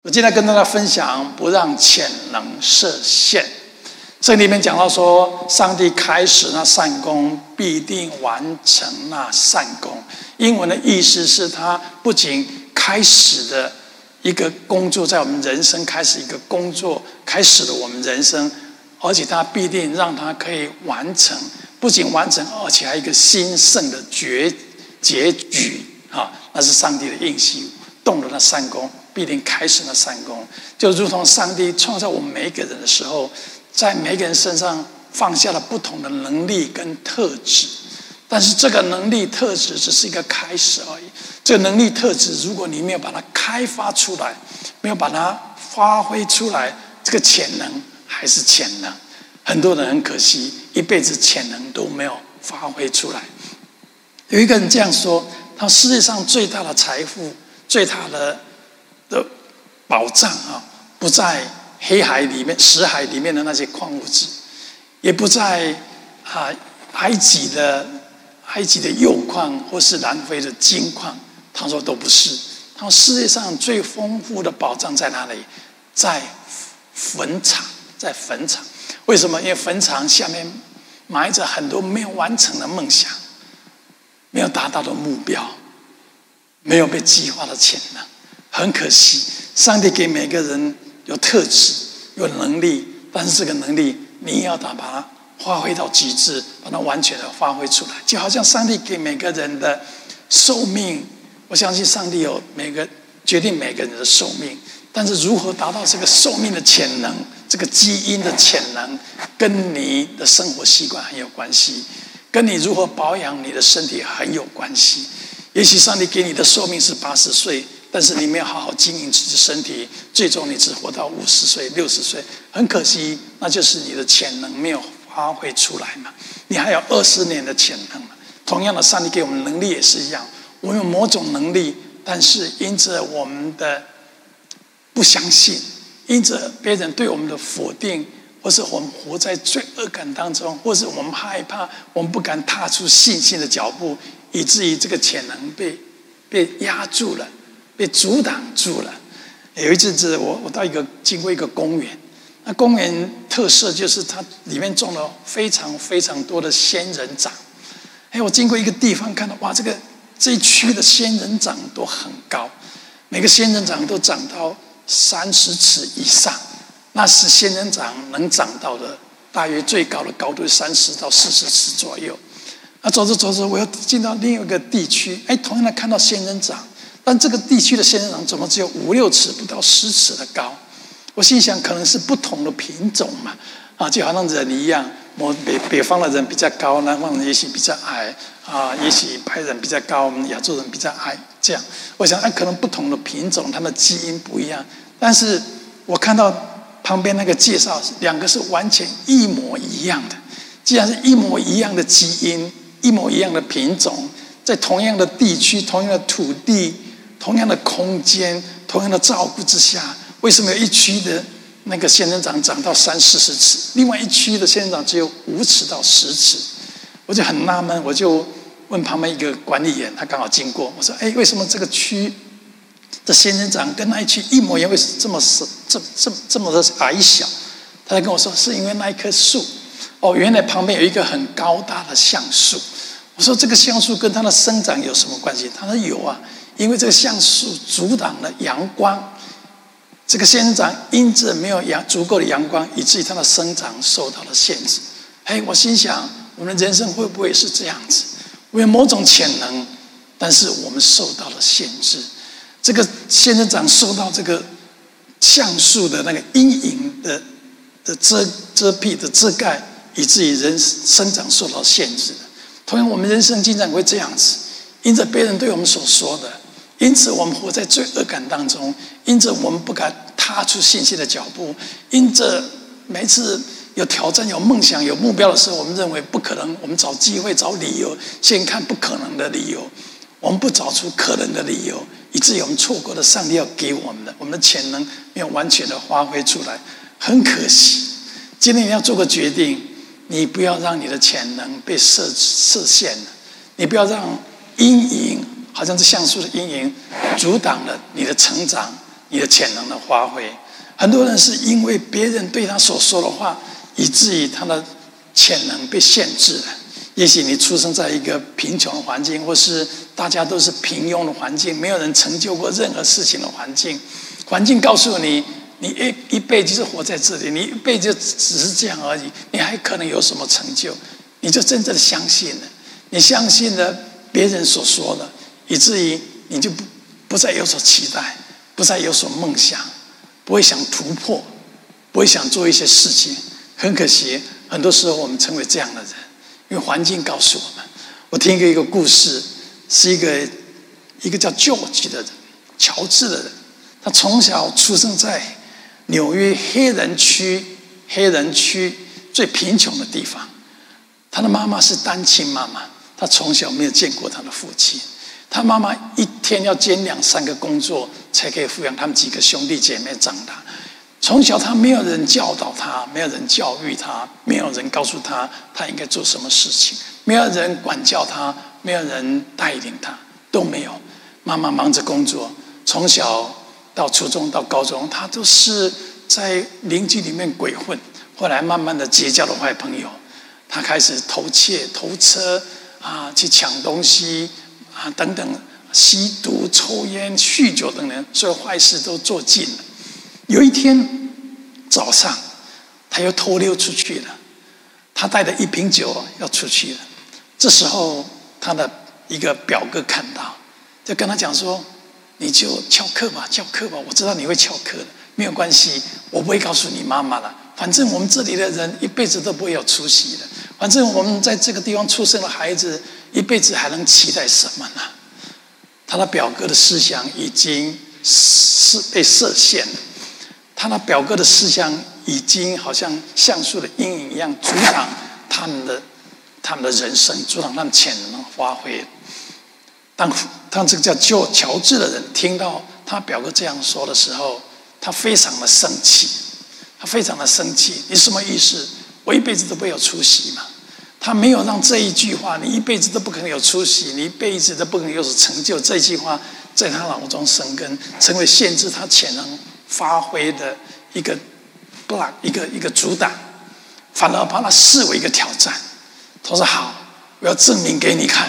我今天跟大家分享不让潜能设限。这里面讲到说，上帝开始那善工，必定完成那善工。英文的意思是，他不仅开始的一个工作，在我们人生开始一个工作，开始了我们人生，而且他必定让他可以完成，不仅完成，而且还有一个兴盛的结局啊！那是上帝的应许，动了那善工。必定开始那善工，就如同上帝创造我们每一个人的时候，在每一个人身上放下了不同的能力跟特质，但是这个能力特质只是一个开始而已。这个能力特质，如果你没有把它开发出来，没有把它发挥出来，这个潜能还是潜能。很多人很可惜，一辈子潜能都没有发挥出来。有一个人这样说：他世界上最大的财富，最大的宝藏啊，不在黑海里面、死海里面的那些矿物质，也不在埃及的铀矿或是南非的金矿。他说都不是。他说世界上最丰富的宝藏在哪里？在坟场，在坟场。为什么？因为坟场下面埋着很多没有完成的梦想，没有达到的目标，没有被激发的潜能。很可惜，上帝给每个人有特质、有能力，但是这个能力你要把它发挥到极致，把它完全的发挥出来。就好像上帝给每个人的寿命，我相信上帝有决定每个人的寿命，但是如何达到这个寿命的潜能，这个基因的潜能，跟你的生活习惯很有关系，跟你如何保养你的身体很有关系。也许上帝给你的寿命是80岁。但是你没有好好经营自己的身体，最终你只活到50岁、60岁，很可惜，那就是你的潜能没有发挥出来嘛。你还有20年的潜能嘛。同样的，上帝给我们能力也是一样，我们有某种能力，但是因着我们的不相信，因着别人对我们的否定，或是我们活在罪恶感当中，或是我们害怕，我们不敢踏出信心的脚步，以至于这个潜能被压住了。被阻挡住了。有一阵子，我经过一个公园，那公园特色就是它里面种了非常非常多的仙人掌。我经过一个地方看到，哇，这一区的仙人掌都很高，每个仙人掌都长到30尺以上，那是仙人掌能长到的大约最高的高度30到40尺左右。走着走着，我又进到另一个地区，同样的看到仙人掌。但这个地区的仙人掌怎么只有5、6尺，不到10尺的高？我心想，可能是不同的品种嘛，就好像人一样，北方的人比较高，南方人也许比较矮也许白人比较高，我们亚洲人比较矮，这样。我想，可能不同的品种，它们的基因不一样。但是我看到旁边那个介绍，2个是完全一模一样的。既然是一模一样的基因，一模一样的品种，在同样的地区、同样的土地。同样的空间，同样的照顾之下，为什么有一区的那个仙人掌长到30、40尺，另外一区的仙人掌只有5尺到10尺？我就很纳闷，我就问旁边一个管理员，他刚好经过，我说：“为什么这个区的仙人掌跟那一区一模一样？为什么这么的矮小？”他就跟我说：“是因为那一棵树，原来旁边有一个很高大的橡树。”我说：“这个橡树跟它的生长有什么关系？”他说：“有啊。”因为这个橡树阻挡了阳光，这个仙人掌因着没有足够的阳光，以至于它的生长受到了限制。我心想，我们的人生会不会是这样子？我有某种潜能，但是我们受到了限制。这个仙人掌受到这个橡树的那个阴影的遮蔽的遮盖，以至于人生长受到限制。同样，我们人生经常会这样子，因着别人对我们所说的。因此，我们活在罪恶感当中；因着我们不敢踏出信心的脚步；因着每次有挑战、有梦想、有目标的时候，我们认为不可能，我们找机会、找理由，先看不可能的理由，我们不找出可能的理由，以至于我们错过了上帝要给我们的，我们的潜能没有完全的发挥出来，很可惜。今天你要做个决定，你不要让你的潜能被设限了，你不要让阴影。好像这橡树的阴影阻挡了你的成长， 你的潜能的发挥。很多人是因为别人对他所说的话，以至于他的潜能被限制了。也许你出生在一个贫穷的环境，或是大家都是平庸的环境，没有人成就过任何事情的环境。环境告诉你，你一辈子就活在这里，你一辈子只是这样而已，你还可能有什么成就？你就真正的相信了，你相信了别人所说的，以至于你就不再有所期待，不再有所梦想，不会想突破，不会想做一些事情。很可惜，很多时候我们成为这样的人，因为环境告诉我们。我听过一个故事，是一个叫George的人，乔治的人。他从小出生在纽约黑人区最贫穷的地方。他的妈妈是单亲妈妈，他从小没有见过他的父亲。他妈妈一天要兼2-3个工作，才可以抚养他们几个兄弟姐妹长大。从小他没有人教导他，没有人教育他，没有人告诉他他应该做什么事情，没有人管教他，没有人带领他，都没有。妈妈忙着工作，从小到初中到高中，他都是在邻居里面鬼混。后来慢慢的结交了坏朋友，他开始偷窃、偷车去抢东西等等，吸毒、抽烟、酗酒等等，所有坏事都做尽了。有一天早上，他又偷溜出去了。他带着1瓶酒要出去了。这时候，他的一个表哥看到，就跟他讲说：“你就翘课吧，我知道你会翘课的，没有关系，我不会告诉你妈妈了。反正我们这里的人一辈子都不会有出息的。反正我们在这个地方出生的孩子，一辈子还能期待什么呢？”他的表哥的思想已经被设限了。他的表哥的思想已经好像橡树的阴影一样，阻挡他们的人生，阻挡他们潜能的发挥。当这个叫乔治的人听到他表哥这样说的时候，他非常的生气。你什么意思？我一辈子都不会有出息嘛？他没有让这一句话，你一辈子都不可能有出息，你一辈子都不可能有所成就，这句话在他脑中生根，成为限制他潜能发挥的一个阻挡，反而把它视为一个挑战。他说：“好，我要证明给你看，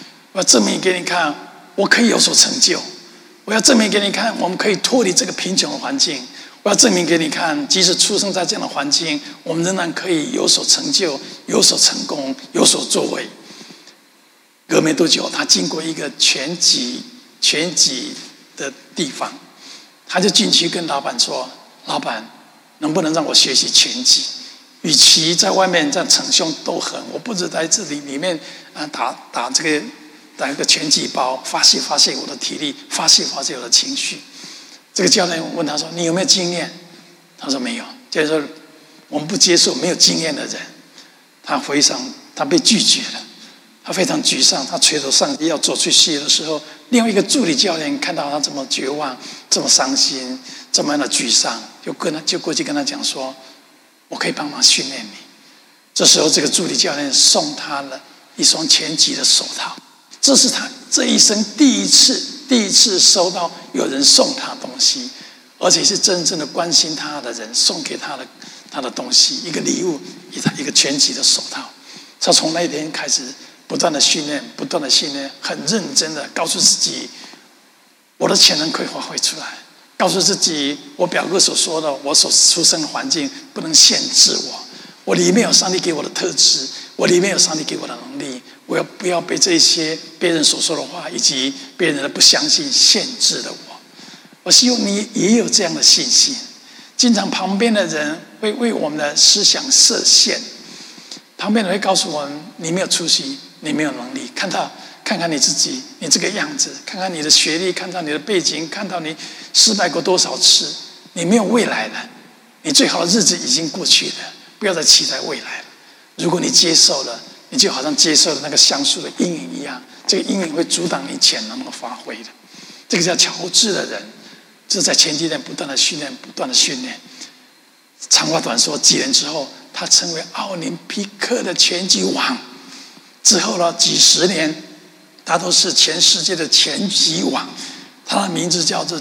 我可以有所成就。我要证明给你看，我们可以脱离这个贫穷的环境。我要证明给你看，即使出生在这样的环境，我们仍然可以有所成就、有所成功、有所作为。”隔没多久，他经过一个拳击的地方，他就进去跟老板说：“老板，能不能让我学习拳击？与其在外面这样逞凶斗狠，我不如在这里面打一个拳击包，发泄我的体力，发泄我的情绪。”这个教练问他说：“你有没有经验？”他说：“没有。”就是说，我们不接受没有经验的人。他被拒绝了，他非常沮丧。他垂头丧气要走出去的时候，另外一个助理教练看到他这么绝望、这么伤心、这么样的沮丧，就过去跟他讲说：“我可以帮忙训练你。”这时候，这个助理教练送他了一双拳击的手套。这是他这一生第一次收到有人送他东西，而且是真正的关心他的人送给他的东西，一个礼物，一个拳击的手套。他从那一天开始不断的训练，很认真的告诉自己，我的潜能可以发挥出来，告诉自己，我表哥所说的，我所出生的环境不能限制我，我里面有上帝给我的特质，我里面有上帝给我的能力，我不要被这些别人所说的话以及别人的不相信限制了我。我希望你也有这样的信心。经常旁边的人会为我们的思想设限，旁边人会告诉我们：你没有出息，你没有能力。看看你自己，你这个样子，看看你的学历，看到你的背景，看到你失败过多少次，你没有未来了，你最好的日子已经过去了，不要再期待未来了。如果你接受了，你就好像接受了那个橡树的阴影一样，这个阴影会阻挡你潜能的发挥的。这个叫乔治的人，就是在前几年不断的训练。长话短说，几年之后，他成为奥林匹克的拳击王。之后呢，几十年，他都是全世界的拳击王。他的名字叫做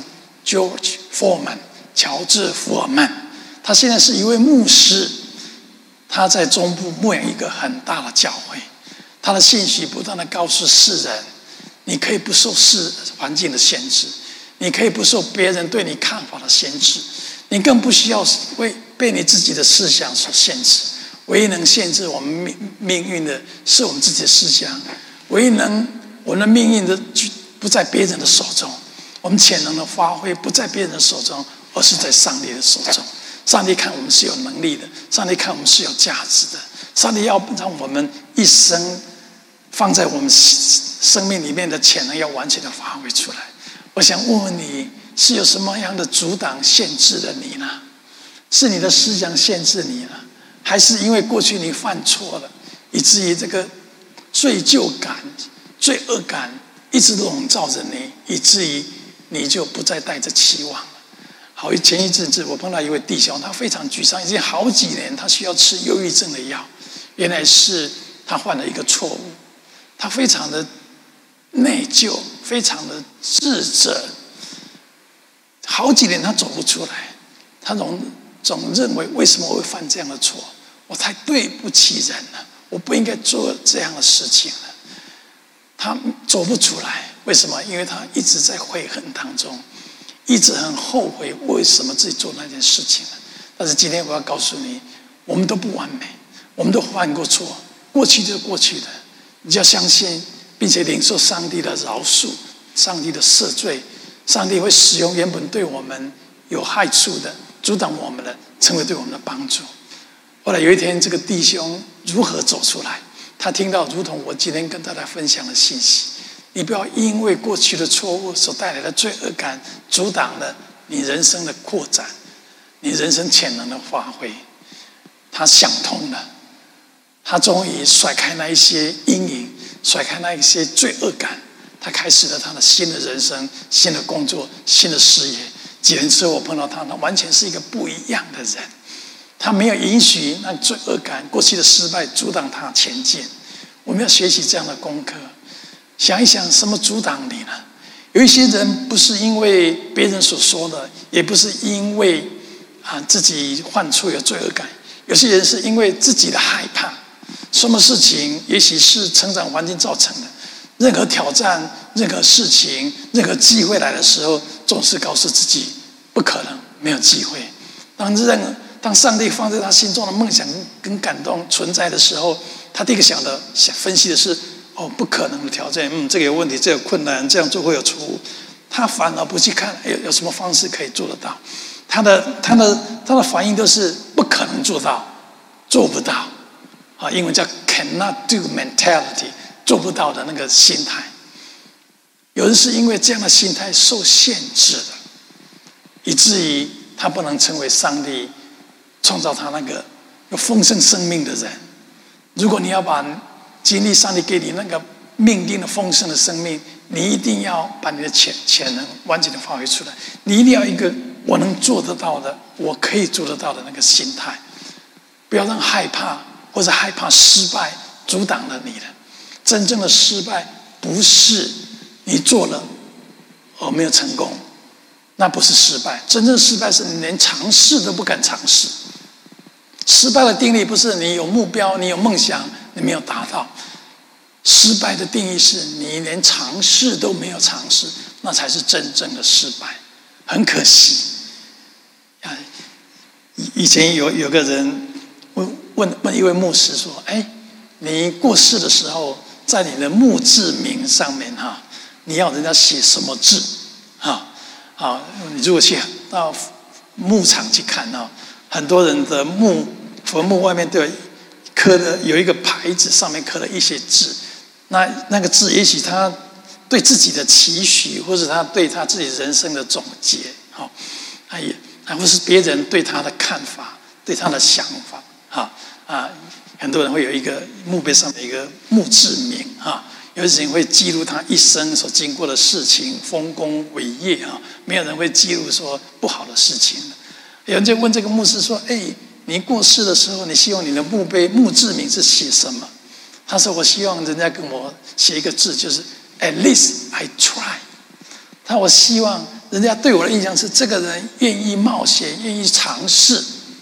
George Foreman 乔治·福尔曼，他现在是一位牧师，他在中部牧养一个很大的教会，他的信息不断的告诉世人，你可以不受环境的限制，你可以不受别人对你看法的限制，你更不需要被你自己的思想所限制。唯一能限制我们命运的是我们自己的思想，唯一能我们的命运的不在别人的手中，我们潜能的发挥不在别人的手中，而是在上帝的手中。上帝看我们是有能力的，上帝看我们是有价值的，上帝要让我们一生放在我们生命里面的潜能要完全的发挥出来。我想问问你，是有什么样的阻挡限制了你呢？是你的思想限制你了，还是因为过去你犯错了，以至于这个罪疚感、罪恶感一直笼罩着你，以至于你就不再带着期望了？好，前一阵子我碰到一位弟兄，他非常沮丧，已经好几年，他需要吃忧郁症的药。原来是他犯了一个错误，他非常的内疚，非常的自责，好几年他走不出来，他总认为为什么我会犯这样的错？我太对不起人了，我不应该做这样的事情了。他走不出来，为什么？因为他一直在悔恨当中，一直很后悔为什么自己做那件事情了。但是今天我要告诉你，我们都不完美，我们都犯过错，过去就过去了。你就要相信，并且领受上帝的饶恕，上帝的赦罪，上帝会使用原本对我们有害处的、阻挡我们的，成为对我们的帮助。后来有一天，这个弟兄如何走出来？他听到如同我今天跟大家分享的信息，你不要因为过去的错误所带来的罪恶感阻挡了你人生的扩展，你人生潜能的发挥。他想通了，他终于甩开那一些阴影，甩开那一些罪恶感，他开始了他的新的人生、新的工作、新的事业。几年之后我碰到他，他完全是一个不一样的人。他没有允许那罪恶感、过去的失败阻挡他前进。我们要学习这样的功课，想一想什么阻挡你呢？有一些人不是因为别人所说的，也不是因为自己犯错有罪恶感，有些人是因为自己的害怕。什么事情也许是成长环境造成的，任何挑战、任何事情、任何机会来的时候，总是告诉自己不可能，没有机会。当上帝放在他心中的梦想跟感动存在的时候，他第一个想分析的是不可能的挑战，这个有问题，这个有困难，这样做会有错误。他反而不去看有什么方式可以做得到，他的反应都是不可能做到，做不到英文叫 cannot do mentality， 做不到的那个心态。有人是因为这样的心态受限制的，以至于他不能成为上帝创造他那个有丰盛生命的人。如果你要经历上帝给你那个命定的丰盛的生命，你一定要把你的潜能完全的发挥出来。你一定要一个我能做得到的，我可以做得到的那个心态，不要让害怕或者害怕失败阻挡了你的。真正的失败不是你做了而没有成功，那不是失败。真正失败是你连尝试都不敢尝试。失败的定义不是你有目标、你有梦想，你没有达到。失败的定义是你连尝试都没有尝试，那才是真正的失败。很可惜，以前有个人问一位牧师说：“你过世的时候，在你的墓志铭上面你要人家写什么字？你如果去到牧场去看很多人的坟墓外面都有一个牌子，上面刻了一些字。那个字，也许他对自己的期许，或者他对他自己人生的总结，或是别人对他的看法、对他的想法，很多人会有一个墓碑上面一个墓志铭有些人会记录他一生所经过的事情、丰功伟业没有人会记录说不好的事情。有人就问这个牧师说：“你过世的时候，你希望你的墓志铭是写什么？”他说：“我希望人家跟我写一个字，就是 at least I try。”我希望人家对我的印象是这个人愿意冒险，愿意尝试。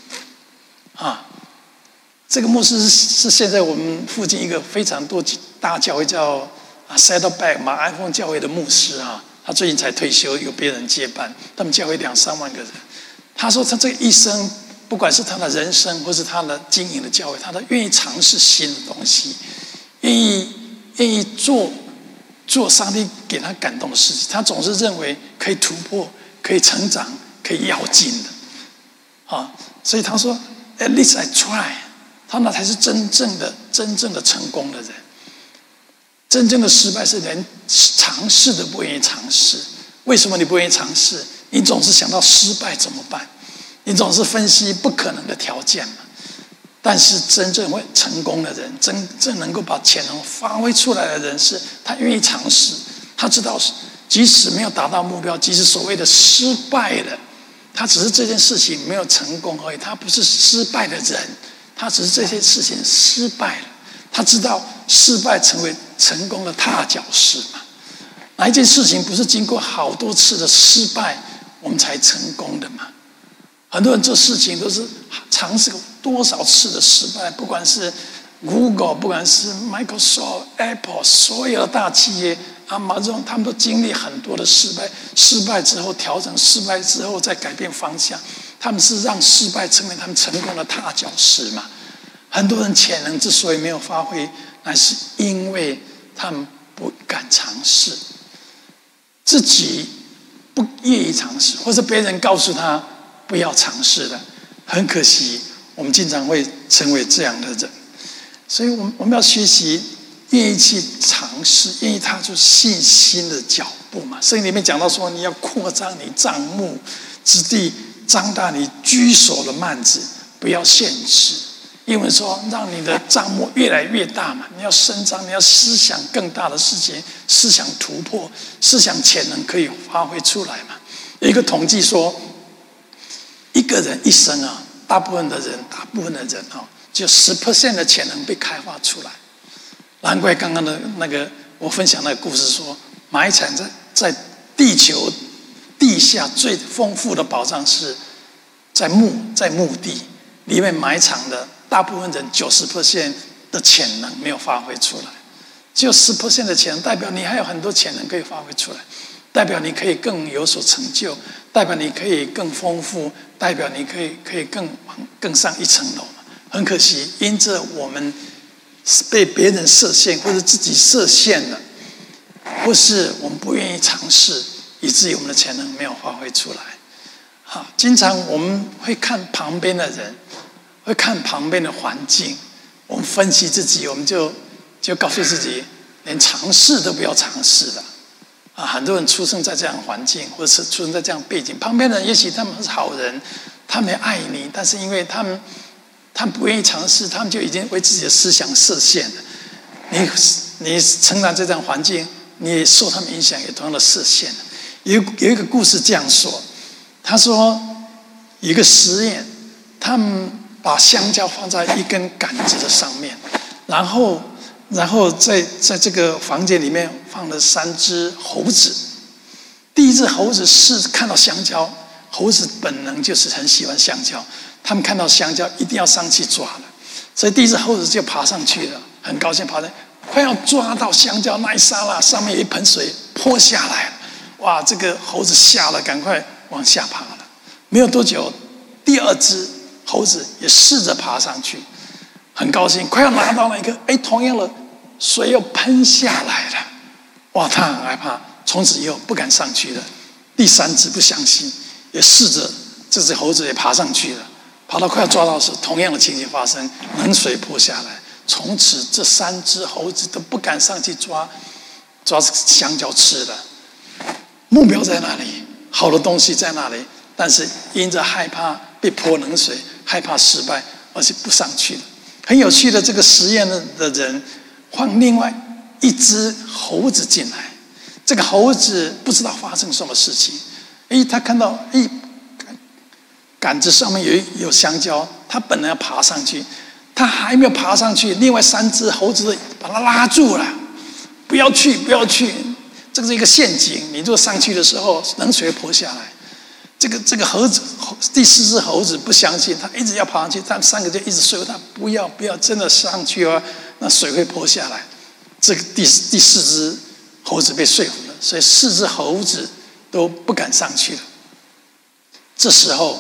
这个牧师是现在我们附近一个非常多大教会叫Saddleback 马鞍峰教会的牧师他最近才退休，有别人接班，他们教会2-3万个人。他说他这一生，不管是他的人生或是他的经营的教会，他都愿意尝试新的东西，愿意做上帝给他感动的事情。他总是认为可以突破，可以成长，可以跃进的所以他说 At least I try。他那才是真正的成功的人。真正的失败是连尝试都不愿意尝试。为什么你不愿意尝试？你总是想到失败怎么办？你总是分析不可能的条件嘛。但是真正会成功的人，真正能够把潜能发挥出来的人，是他愿意尝试。他知道，即使没有达到目标，即使所谓的失败了，他只是这件事情没有成功而已。他不是失败的人。他只是这些事情失败了，他知道失败成为成功的踏脚石嘛。哪一件事情不是经过好多次的失败，我们才成功的嘛？很多人做事情都是尝试过多少次的失败，不管是 Google， 不管是 Microsoft、Apple， 所有的大企业Amazon， 他们都经历很多的失败，失败之后调整，失败之后再改变方向。他们是让失败成为他们成功的踏脚石嘛？很多人潜能之所以没有发挥，乃是因为他们不敢尝试，自己不愿意尝试，或者别人告诉他不要尝试的。很可惜，我们经常会成为这样的人。所以我们要学习，愿意去尝试，愿意踏出信心的脚步嘛。圣经里面讲到说，你要扩张你帐幕之地，张大你居所的幔子，不要限制。因为说让你的帐幕越来越大嘛，你要伸张，你要思想更大的事情，思想突破，思想潜能可以发挥出来嘛。有一个统计说，一个人一生大部分的人就10% 的潜能被开发出来。难怪刚刚的那个我分享那个故事说，埋藏在地球地下最丰富的宝藏是在墓地里面埋藏的，大部分人90% 的潜能没有发挥出来，只有10% 的潜能，代表你还有很多潜能可以发挥出来，代表你可以更有所成就，代表你可以更丰富，代表你可以更上一层楼嘛。很可惜，因着我们被别人设限，或者自己设限了，或是我们不愿意尝试，以至于我们的潜能没有发挥出来。经常我们会看旁边的人，会看旁边的环境，我们分析自己，我们就告诉自己，连尝试都不要尝试了。很多人出生在这样的环境，或者是出生在这样的背景，旁边的人也许他们是好人，他们也爱你，但是因为他们不愿意尝试，他们就已经为自己的思想设限了。你成长在这样的环境，你也受他们影响，也同样的设限了。有一个故事这样说，他说有一个实验，他们把香蕉放在一根杆子的上面，然后在这个房间里面放了3只猴子。第一只猴子是看到香蕉，猴子本能就是很喜欢香蕉，他们看到香蕉一定要上去抓了，所以第一只猴子就爬上去了，很高兴爬上去，快要抓到香蕉那一刹那，上面有一盆水泼下来了，哇！这个猴子吓了，赶快往下爬了。没有多久，第2只猴子也试着爬上去，很高兴，快要拿到那个，同样的水又喷下来了，哇！他很害怕，从此以后不敢上去了。第3只不相信，也试着，这只猴子也爬上去了，爬到快要抓到时，同样的情形发生，冷水泼下来。从此这3只猴子都不敢上去抓香蕉吃了。目标在那里，好的东西在那里，但是因着害怕被泼冷水，害怕失败，而且不上去了。很有趣的，这个实验的人放另外一只猴子进来，这个猴子不知道发生什么事情，他看到杆子上面有香蕉，他本来要爬上去，他还没有爬上去，另外3只猴子把他拉住了，不要去， 这个是一个陷阱，你如果上去的时候，冷水会泼下来。这个猴子，第4只猴子不相信，他一直要爬上去，他们3个就一直说服他不要，真的上去哦，那水会泼下来。这个第4只猴子被说服了，所以4只猴子都不敢上去了。这时候，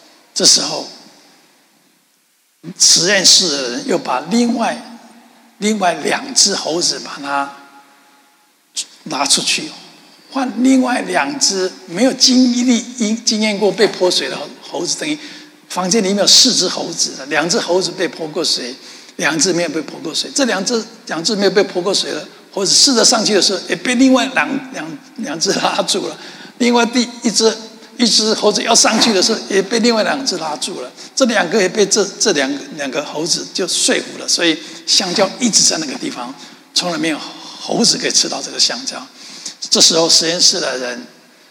实验室的人又把另外2只猴子把它拿出去，换另外2只没有经验过被泼水的猴子，等于房间里面有4只猴子，2只猴子被泼过水，2只没有被泼过水。这两只没有被泼过水的猴子试着上去的时候，也被另外两只拉住了。另外一只猴子要上去的时候，也被另外2只拉住了。这2个也被这两个猴子就说服了，所以香蕉一直在那个地方，从来没有猴子可以吃到这个香蕉。这时候实验室的人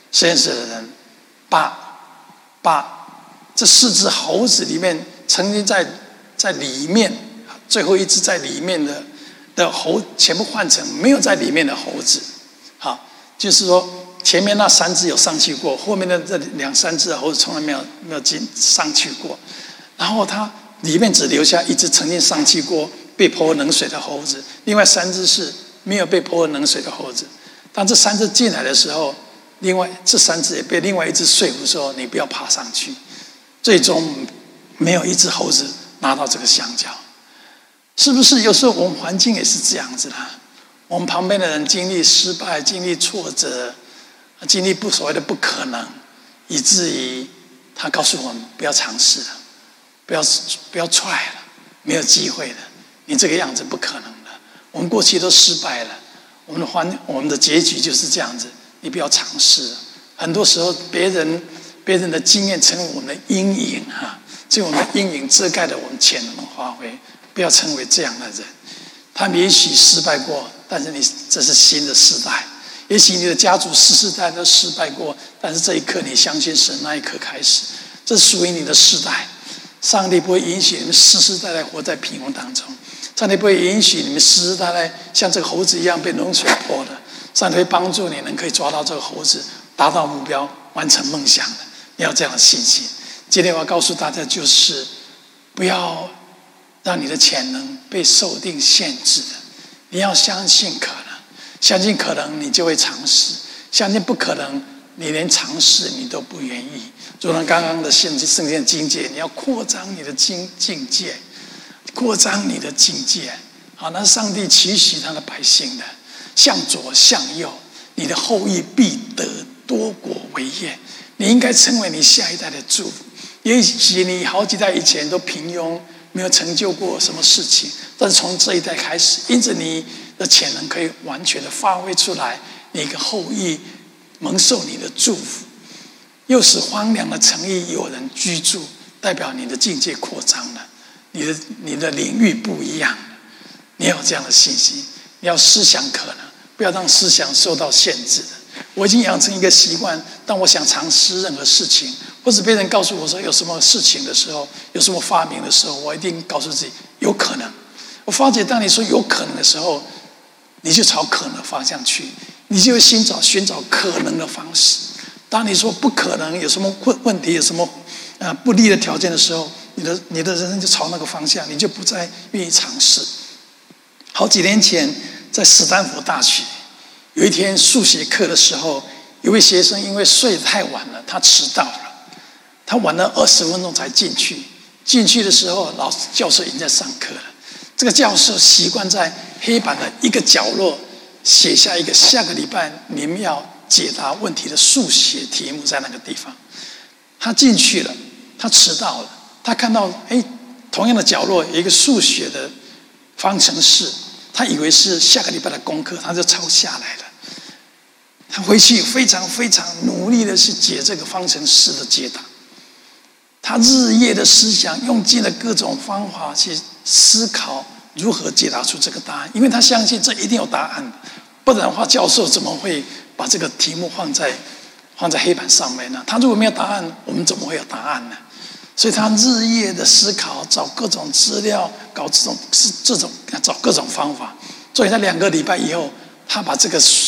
把这4只猴子里面曾经在里面最后一只在里面的猴全部换成没有在里面的猴子。好，就是说前面那3只有上去过，后面的这2-3只的猴子从来没有上去过。然后它里面只留下1只曾经上去过被泼冷水的猴子，另外3只是没有被泼冷水的猴子。当这3只进来的时候，另外这3只也被另外1只说服说你不要爬上去。最终没有1只猴子拿到这个香蕉。是不是有时候我们环境也是这样子的？我们旁边的人经历失败，经历挫折，经历所谓的不可能，以至于他告诉我们不要尝试了，不要 try 了，没有机会了，你这个样子不可能的。我们过去都失败了，我们的结局就是这样子，你不要尝试了。很多时候别人的经验成为我们的阴影所以我们的阴影遮盖了我们潜能的发挥。不要成为这样的人。他们也许失败过，但是这是新的时代。也许你的家族世代都失败过，但是这一刻你相信神，那一刻开始，这是属于你的时代。上帝不会允许你们世代活在贫穷当中，上帝不会允许你们世代像这个猴子一样被冷水泼的。上帝会帮助你能可以抓到这个猴子，达到目标，完成梦想的。你要这样的信心。今天我要告诉大家，就是不要让你的潜能被受定限制的。你要相信可能，相信可能你就会尝试，相信不可能你连尝试你都不愿意。就像刚刚的圣经的境界，你要扩张你的境界，扩张你的境界。好，那上帝期许他的百姓的，向左向右，你的后裔必得多国为业。你应该成为你下一代的祝福。也许你好几代以前都平庸，没有成就过什么事情，但是从这一代开始，因此你的潜能可以完全的发挥出来，你一个后裔蒙受你的祝福。又使荒凉的城邑有人居住，代表你的境界扩张了，你的领域不一样了。你要有这样的信心，你要思想可能，不要让思想受到限制的。我已经养成一个习惯，当我想尝试任何事情，或者别人告诉我说有什么事情的时候，有什么发明的时候，我一定告诉自己有可能。我发觉当你说有可能的时候，你就朝可能的方向去，你就会寻找可能的方式。当你说不可能，有什么问题，有什么不利的条件的时候，你的人生就朝那个方向，你就不再愿意尝试。好几年前在斯坦福大学有一天数学课的时候，有位学生因为睡得太晚了，他迟到了，他晚了20分钟才进去。进去的时候，教授已经在上课了。这个教授习惯在黑板的一个角落写下一个下个礼拜你们要解答问题的数学题目，在那个地方。他进去了，他迟到了，他看到同样的角落有一个数学的方程式，他以为是下个礼拜的功课，他就抄下来了。他回去非常非常努力的去解这个方程式的解答，他日夜的思想，用尽了各种方法去思考如何解答出这个答案，因为他相信这一定有答案，不然的话教授怎么会把这个题目放在黑板上面呢？他如果没有答案，我们怎么会有答案呢？所以他日夜的思考，找各种资料，找各种方法。所以在2个礼拜以后，他把这个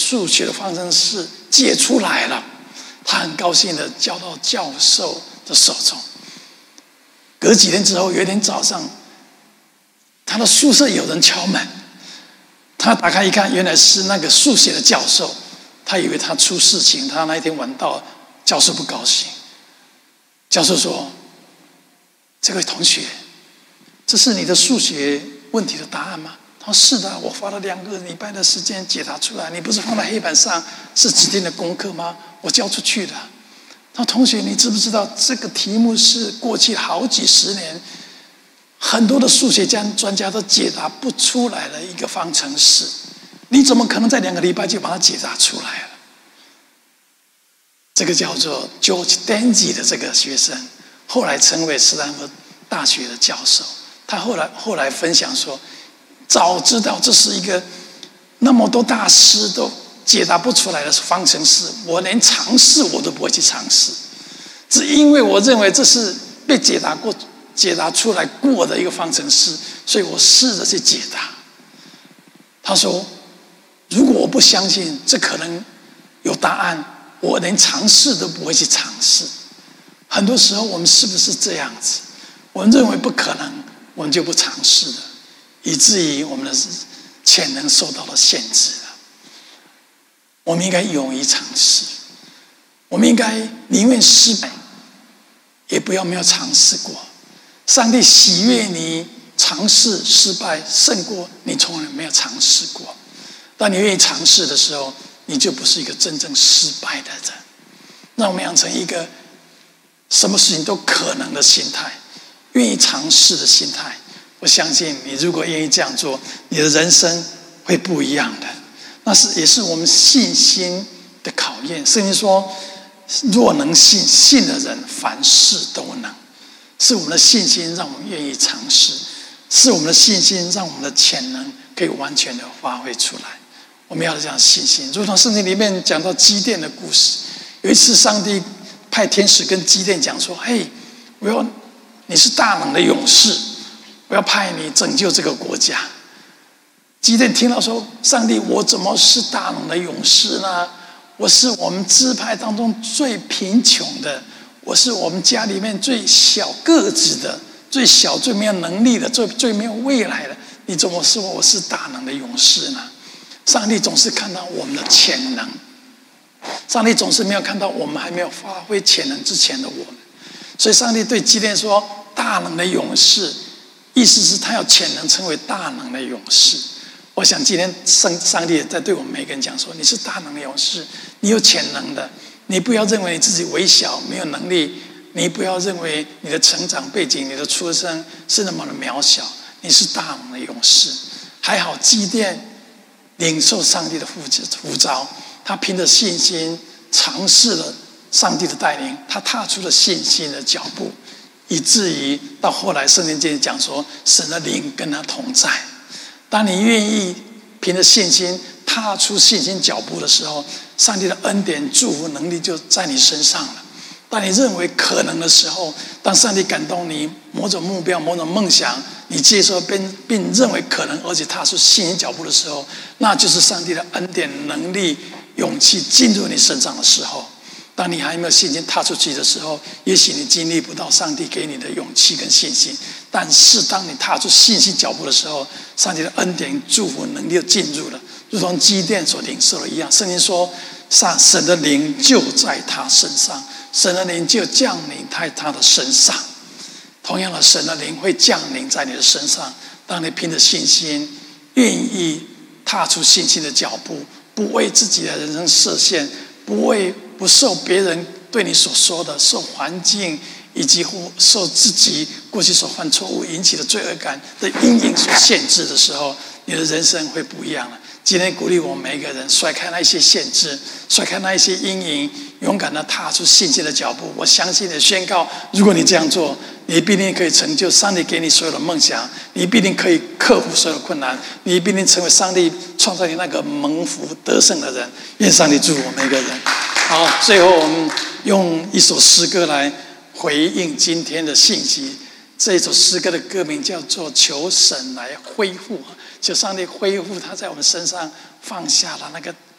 数学的方程式解出来了，他很高兴的交到教授的手中。隔几天之后，有一天早上，他的宿舍有人敲门，他打开一看，原来是那个数学的教授。他以为他出事情，他那一天晚到，教授不高兴。教授说：“这位同学，这是你的数学问题的答案吗？”他说：“是的，我花了2个礼拜的时间解答出来。你不是放在黑板上是指定的功课吗？我交出去的。”他说：“同学，你知不知道这个题目是过去好几十年很多的数学家专家都解答不出来的一个方程式？你怎么可能在2个礼拜就把它解答出来了？”这个叫做 George Danzy 的这个学生，后来成为斯坦福大学的教授。他后来分享说，早知道这是一个那么多大师都解答不出来的方程式，我连尝试我都不会去尝试，只因为我认为这是被解答出来过的一个方程式，所以我试着去解答。他说，如果我不相信这可能有答案，我连尝试都不会去尝试。很多时候我们是不是这样子？我们认为不可能，我们就不尝试了，以至于我们的潜能受到了限制了。我们应该勇于尝试，我们应该宁愿失败，也不要没有尝试过。上帝喜悦你尝试失败，胜过你从来没有尝试过。当你愿意尝试的时候，你就不是一个真正失败的人。让我们养成一个什么事情都可能的心态，愿意尝试的心态。我相信你如果愿意这样做，你的人生会不一样的。那也是我们信心的考验。圣经说，若能信，信的人凡事都能。是我们的信心让我们愿意尝试，是我们的信心让我们的潜能可以完全的发挥出来。我们要有这样的信心。如同圣经里面讲到基甸的故事，有一次上帝派天使跟基甸讲说：“嘿，你是大能的勇士，我要派你拯救这个国家。”基甸听到说：“上帝，我怎么是大能的勇士呢？我是我们支派当中最贫穷的，我是我们家里面最小个子的，最小最没有能力的，最没有未来的。你怎么说我是大能的勇士呢？”上帝总是看到我们的潜能，上帝总是没有看到我们还没有发挥潜能之前的我们。所以上帝对基甸说：“大能的勇士”，意思是他有潜能成为大能的勇士。我想今天上帝也在对我们每个人讲说：“你是大能的勇士，你有潜能的，你不要认为你自己微小没有能力，你不要认为你的成长背景、你的出生是那么的渺小，你是大能的勇士。”还好基甸领受上帝的呼召，他凭着信心尝试了上帝的带领，他踏出了信心的脚步，以至于到后来圣经节讲说，神的灵跟他同在。当你愿意凭着信心踏出信心脚步的时候，上帝的恩典、祝福、能力就在你身上了。当你认为可能的时候，当上帝感动你某种目标、某种梦想，你接受并认为可能，而且踏出信心脚步的时候，那就是上帝的恩典、能力、勇气进入你身上的时候。当你还没有信心踏出去的时候，也许你经历不到上帝给你的勇气跟信心。但是当你踏出信心脚步的时候，上帝的恩典、祝福、能力就进入了，如同基甸所领受的一样。圣经说，神的灵就在他身上，神的灵就降临在他的身上。同样的，神的灵会降临在你的身上。当你凭着信心，愿意踏出信心的脚步，不为自己的人生设限，不受别人对你所说的、受环境以及受自己过去所犯错误引起的罪恶感的阴影所限制的时候，你的人生会不一样了。今天鼓励我们每一个人甩开那一些限制，甩开那一些阴影，勇敢地踏出信心的脚步。我相信的宣告，如果你这样做，你必定可以成就上帝给你所有的梦想，你必定可以克服所有的困难，你必定成为上帝创造你那个蒙福得胜的人。愿上帝祝福我们每个人。好，最后我们用一首诗歌来回应今天的信息。这一首诗歌的歌名叫做《求神来恢复》，求上帝恢复他在我们身上放下了那个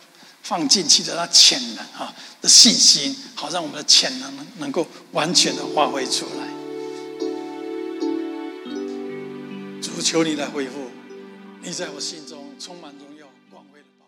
放进去的那潜能的信心，好让我们的潜能能够完全的发挥出来。主，求你来恢复，你在我心中充满荣耀光辉的宝。